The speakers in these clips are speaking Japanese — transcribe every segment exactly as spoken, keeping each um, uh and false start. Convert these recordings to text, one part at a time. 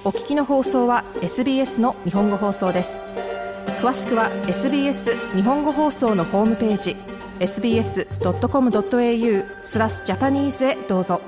お聞きの放送は エスビーエス の日本語放送です。詳しくは エスビーエス 日本語放送のホームページ エスビーエスドットコムドットエーユー スラスジャパニーズへどうぞ。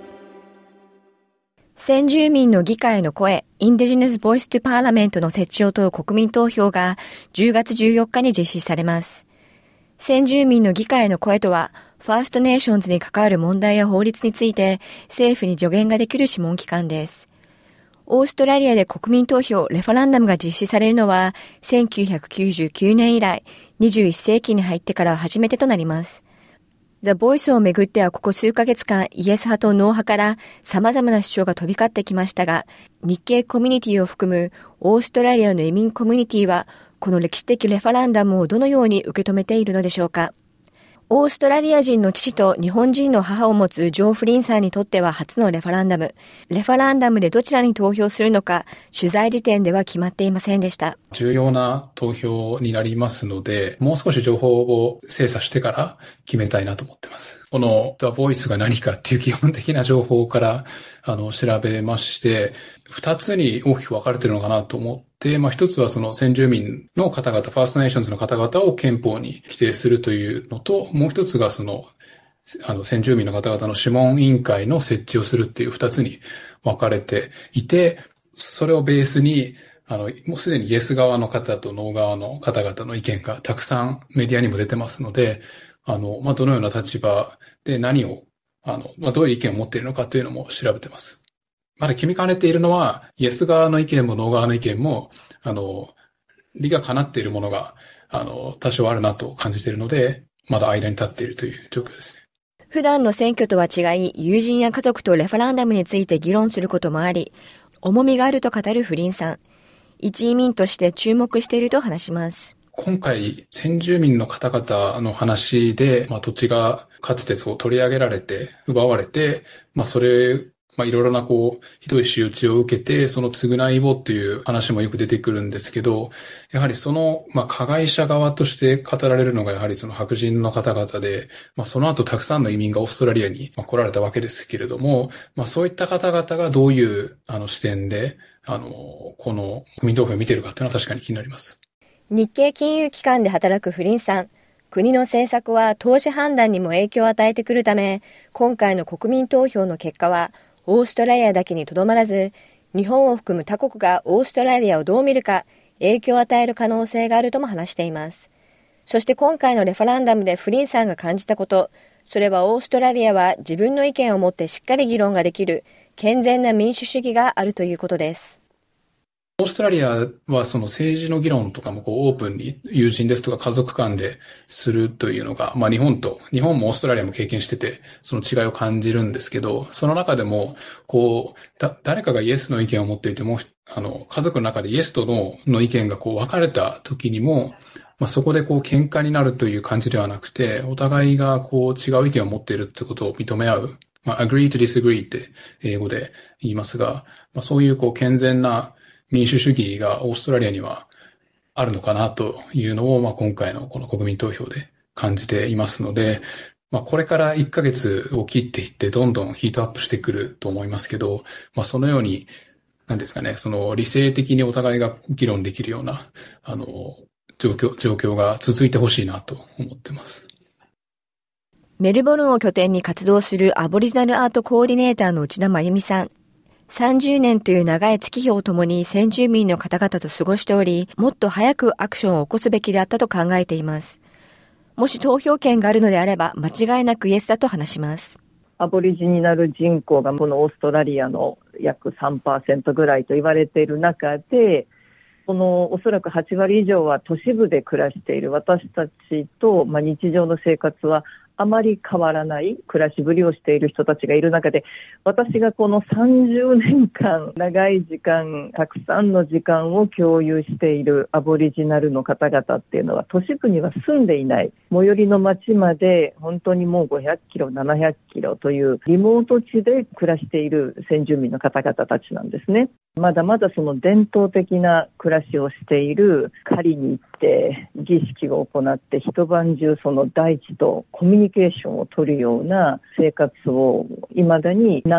先住民の議会の声、インディジネス・ボイス・トゥ・パーラメントの設置を問う国民投票がじゅうがつじゅうよっかに実施されます。先住民の議会の声とは、ファーストネーションズに関わる問題や法律について政府に助言ができる諮問機関です。オーストラリアで国民投票、レファランダムが実施されるのはせんきゅうひゃくきゅうじゅうきゅうねん以来、にじゅういっせいきに入ってから初めてとなります。The Voice をめぐってはここ数ヶ月間イエス派とノー派から様々な主張が飛び交ってきましたが、日系コミュニティを含むオーストラリアの移民コミュニティはこの歴史的レファランダムをどのように受け止めているのでしょうか。オーストラリア人の父と日本人の母を持つジョー・フリンさんにとっては初のレファランダム。レファランダムでどちらに投票するのか、取材時点では決まっていませんでした。 重要な投票になりますので、もう少し情報を精査してから決めたいなと思ってます。この The Voice が何かっていう基本的な情報からあの調べまして、二つに大きく分かれているのかなと思って、で、まあ一つはその先住民の方々、ファーストネーションズの方々を憲法に規定するというのと、もう一つがその、あの先住民の方々の諮問委員会の設置をするっていう二つに分かれていて、それをベースに、あの、もうすでにイエス側の方とノー側の方々の意見がたくさんメディアにも出てますので、あの、まあどのような立場で何を、あの、まあどういう意見を持っているのかというのも調べてます。まだ決めかねているのは、イエス側の意見もノー側の意見も、あの、理が叶っているものが、あの、多少あるなと感じているので、まだ間に立っているという状況ですね。 普段の選挙とは違い、友人や家族とレファランダムについて議論することもあり、重みがあると語るフリンさん。一移民として注目していると話します。 今回、先住民の方々の話で、まあ、土地がかつてそう取り上げられて、奪われて、まあ、それ、まあ、いろいろなこう、ひどい仕打ちを受けて、その償いをっていう話もよく出てくるんですけど、やはりその、まあ、加害者側として語られるのがやはりその白人の方々で、まあ、その後たくさんの移民がオーストラリアに来られたわけですけれども、まあ、そういった方々がどういう、あの、視点で、あの、この国民投票を見ているかっていうのは確かに気になります。 日系金融機関で働くフリンさん。国の政策は投資判断にも影響を与えてくるため、今回の国民投票の結果は、オーストラリアだけにとどまらず、日本を含む他国がオーストラリアをどう見るか影響を与える可能性があるとも話しています。そして今回のレファランダムでフリンさんが感じたこと、それはオーストラリアは自分の意見を持ってしっかり議論ができる健全な民主主義があるということです。 オーストラリアはその政治の議論とかもこうオープンに友人ですとか家族間でするというのが、まあ日本と、日本もオーストラリアも経験してて、その違いを感じるんですけど、その中でも、こう、だ、誰かがイエスの意見を持っていても、あの、家族の中でイエスとノーの意見がこう分かれた時にも、まあそこでこう喧嘩になるという感じではなくて、お互いがこう違う意見を持っているってことを認め合う。まあ agree to disagree って英語で言いますが、まあそういうこう健全な民主主義がオーストラリアにはあるのかなというのを、まあ、今回のこの国民投票で感じていますので、まあ、これからいっかげつを切っていってどんどんヒートアップしてくると思いますけど、まあ、そのように、何ですかね、その理性的にお互いが議論できるような、あの、状況、状況が続いてほしいなと思っています。 メルボルンを拠点に活動するアボリジナルアートコーディネーターの内田真由美さん。さんじゅうねんという長い月日を共に先住民の方々と過ごしており、もっと早くアクションを起こすべきであったと考えています。もし投票権があるのであれば、間違いなくイエスだと話します。 アボリジニナル人口がこのオーストラリアの約 さんパーセント ぐらいと言われている中で、このおそらくはちわり以上は都市部で暮らしている私たちと、まあ、日常の生活はあまり変わらない暮らしぶりをしている人たちがいる中で、私がこのさんじゅうねんかん長い時間、たくさんの時間を共有しているアボリジナルの方々っていうのは都市部には住んでいない、最寄りの町まで本当にもうごひゃくキロ、ななひゃくキロというリモート地で暮らしている先住民の方々たちなんですね。まだまだその伝統的な暮らしをしている、狩りに行って儀式を行って一晩中その大地とコミュニケーションを取るような生活を未だに何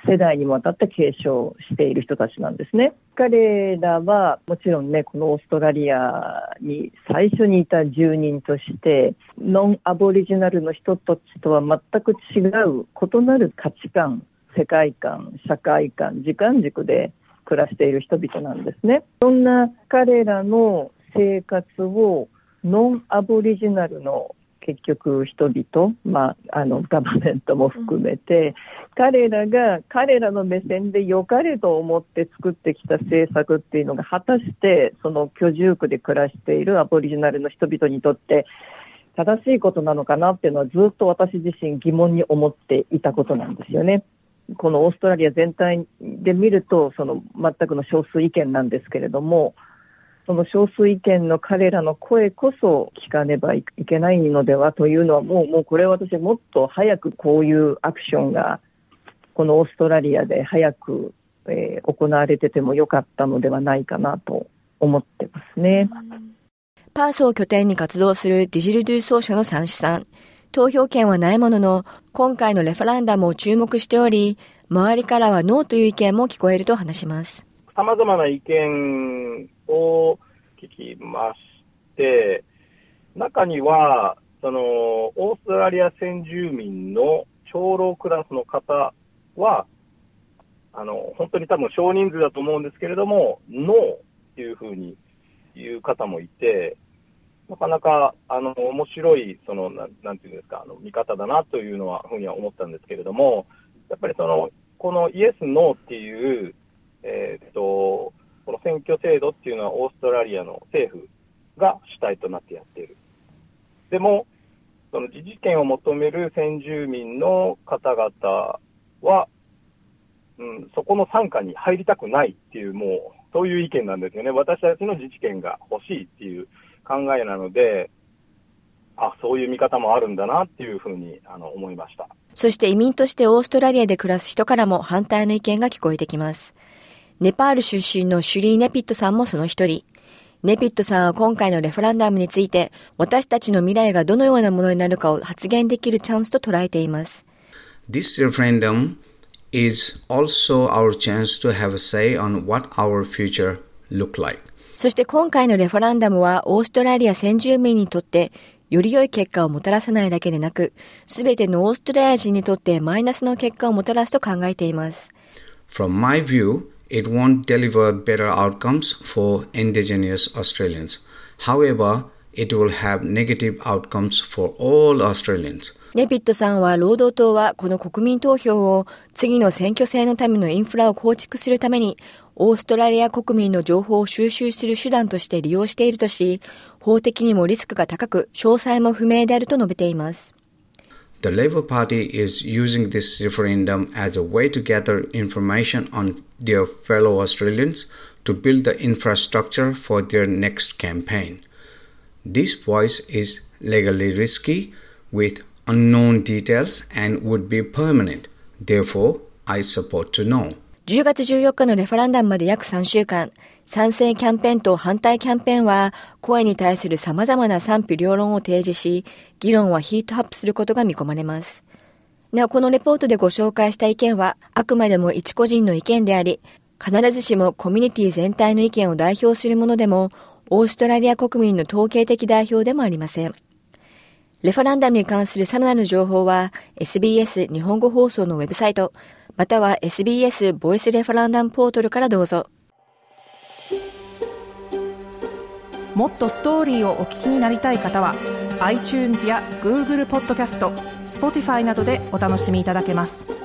世代にもわたって継承している人たちなんですね。彼らはもちろんね、このオーストラリアに最初にいた住人として、ノンアボリジナルの人たちとは全く違う異なる価値観、世界観、社会観、時間軸で暮らしている人々なんですね。そんな彼らの生活をノンアボリジナルの結局人々、まあ、あのガバメントも含めて、うん、彼らが彼らの目線で良かれと思って作ってきた政策っていうのが果たしてその居住区で暮らしているアボリジナルの人々にとって正しいことなのかなっていうのはずっと私自身疑問に思っていたことなんですよね。このオーストラリア全体で見るとその全くの少数意見なんですけれども、その少数意見の彼らの声こそ聞かねばいけないのではというのはもう、もうこれは私もっと早くこういうアクションがこのオーストラリアで早く、えー、行われててもよかったのではないかなと思ってますね。 パースを拠点に活動するディジルドゥ奏者の三枝さん。投票権はないものの、今回のレファランダムを注目しており、周りからはノーという意見も聞こえると話します。 様々な意見を聞きまして、中には、その、オーストラリア先住民の長老クラスの方は、あの、本当に多分少人数だと思うんですけれども、ノーっていうふうに言う方もいて、なかなか、あの、面白い、その、な、なんていうんですか、あの、見方だなというのは、ふうには思ったんですけれども、やっぱりその、このイエス・ノーっていう、えー、っと、この選挙制度っていうのはオーストラリアの政府が主体となってやっている。でも、その自治権を求める先住民の方々は、うん、そこの傘下に入りたくないっていう、もう、そういう意見なんですよね。私たちの自治権が欲しいっていう考えなので、あ、そういう見方もあるんだなっていうふうにあの思いました。 そして移民としてオーストラリアで暮らす人からも反対の意見が聞こえてきます。ネパール出身のシュリー・ネピットさんもその一人。ネピットさんは今回のレファランダムについて、私たちの未来がどのようなものになるかを発言できるチャンスと捉えています。 This referendum is also our chance to have a say on what our future look like. そして今回のレファランダムはオーストラリア先住民にとってより良い結果をもたらさないだけでなく、すべてのオーストラリア人にとってマイナスの結果をもたらすと考えています。 From my view, it won't deliver better outcomes for indigenous Australians. However, it will have negative outcomes for all Australians. ネピットさんは労働党はこの国民投票を次の選挙制のためのインフラを構築するためにオーストラリア国民の情報を収集する手段として利用しているとし、法的にもリスクが高く、詳細も不明であると述べています。 The Labour Party is using this referendum as a way to gather information on their fellow Australians to build the infrastructure for their next campaign. This voice is legally risky with unknown details and would be permanent. Therefore, I support to no. じゅうがつじゅうよっかのレファランダムまで約さんしゅうかん、賛成キャンペーンと反対キャンペーンは、声に対する様々な賛否両論を提示し、議論はヒートアップすることが見込まれます。なお、このレポートでご紹介した意見は、あくまでも一個人の意見であり、必ずしもコミュニティ全体の意見を代表するものでも、オーストラリア国民の統計的代表でもありません。レファランダムに関するさらなる情報は、エスビーエス 日本語放送のウェブサイト、または エスビーエス ボイスレファランダムポータルからどうぞ。 もっとストーリーをお聞きになりたい方は iTunes や Google ポッドキャスト、Spotify などでお楽しみいただけます。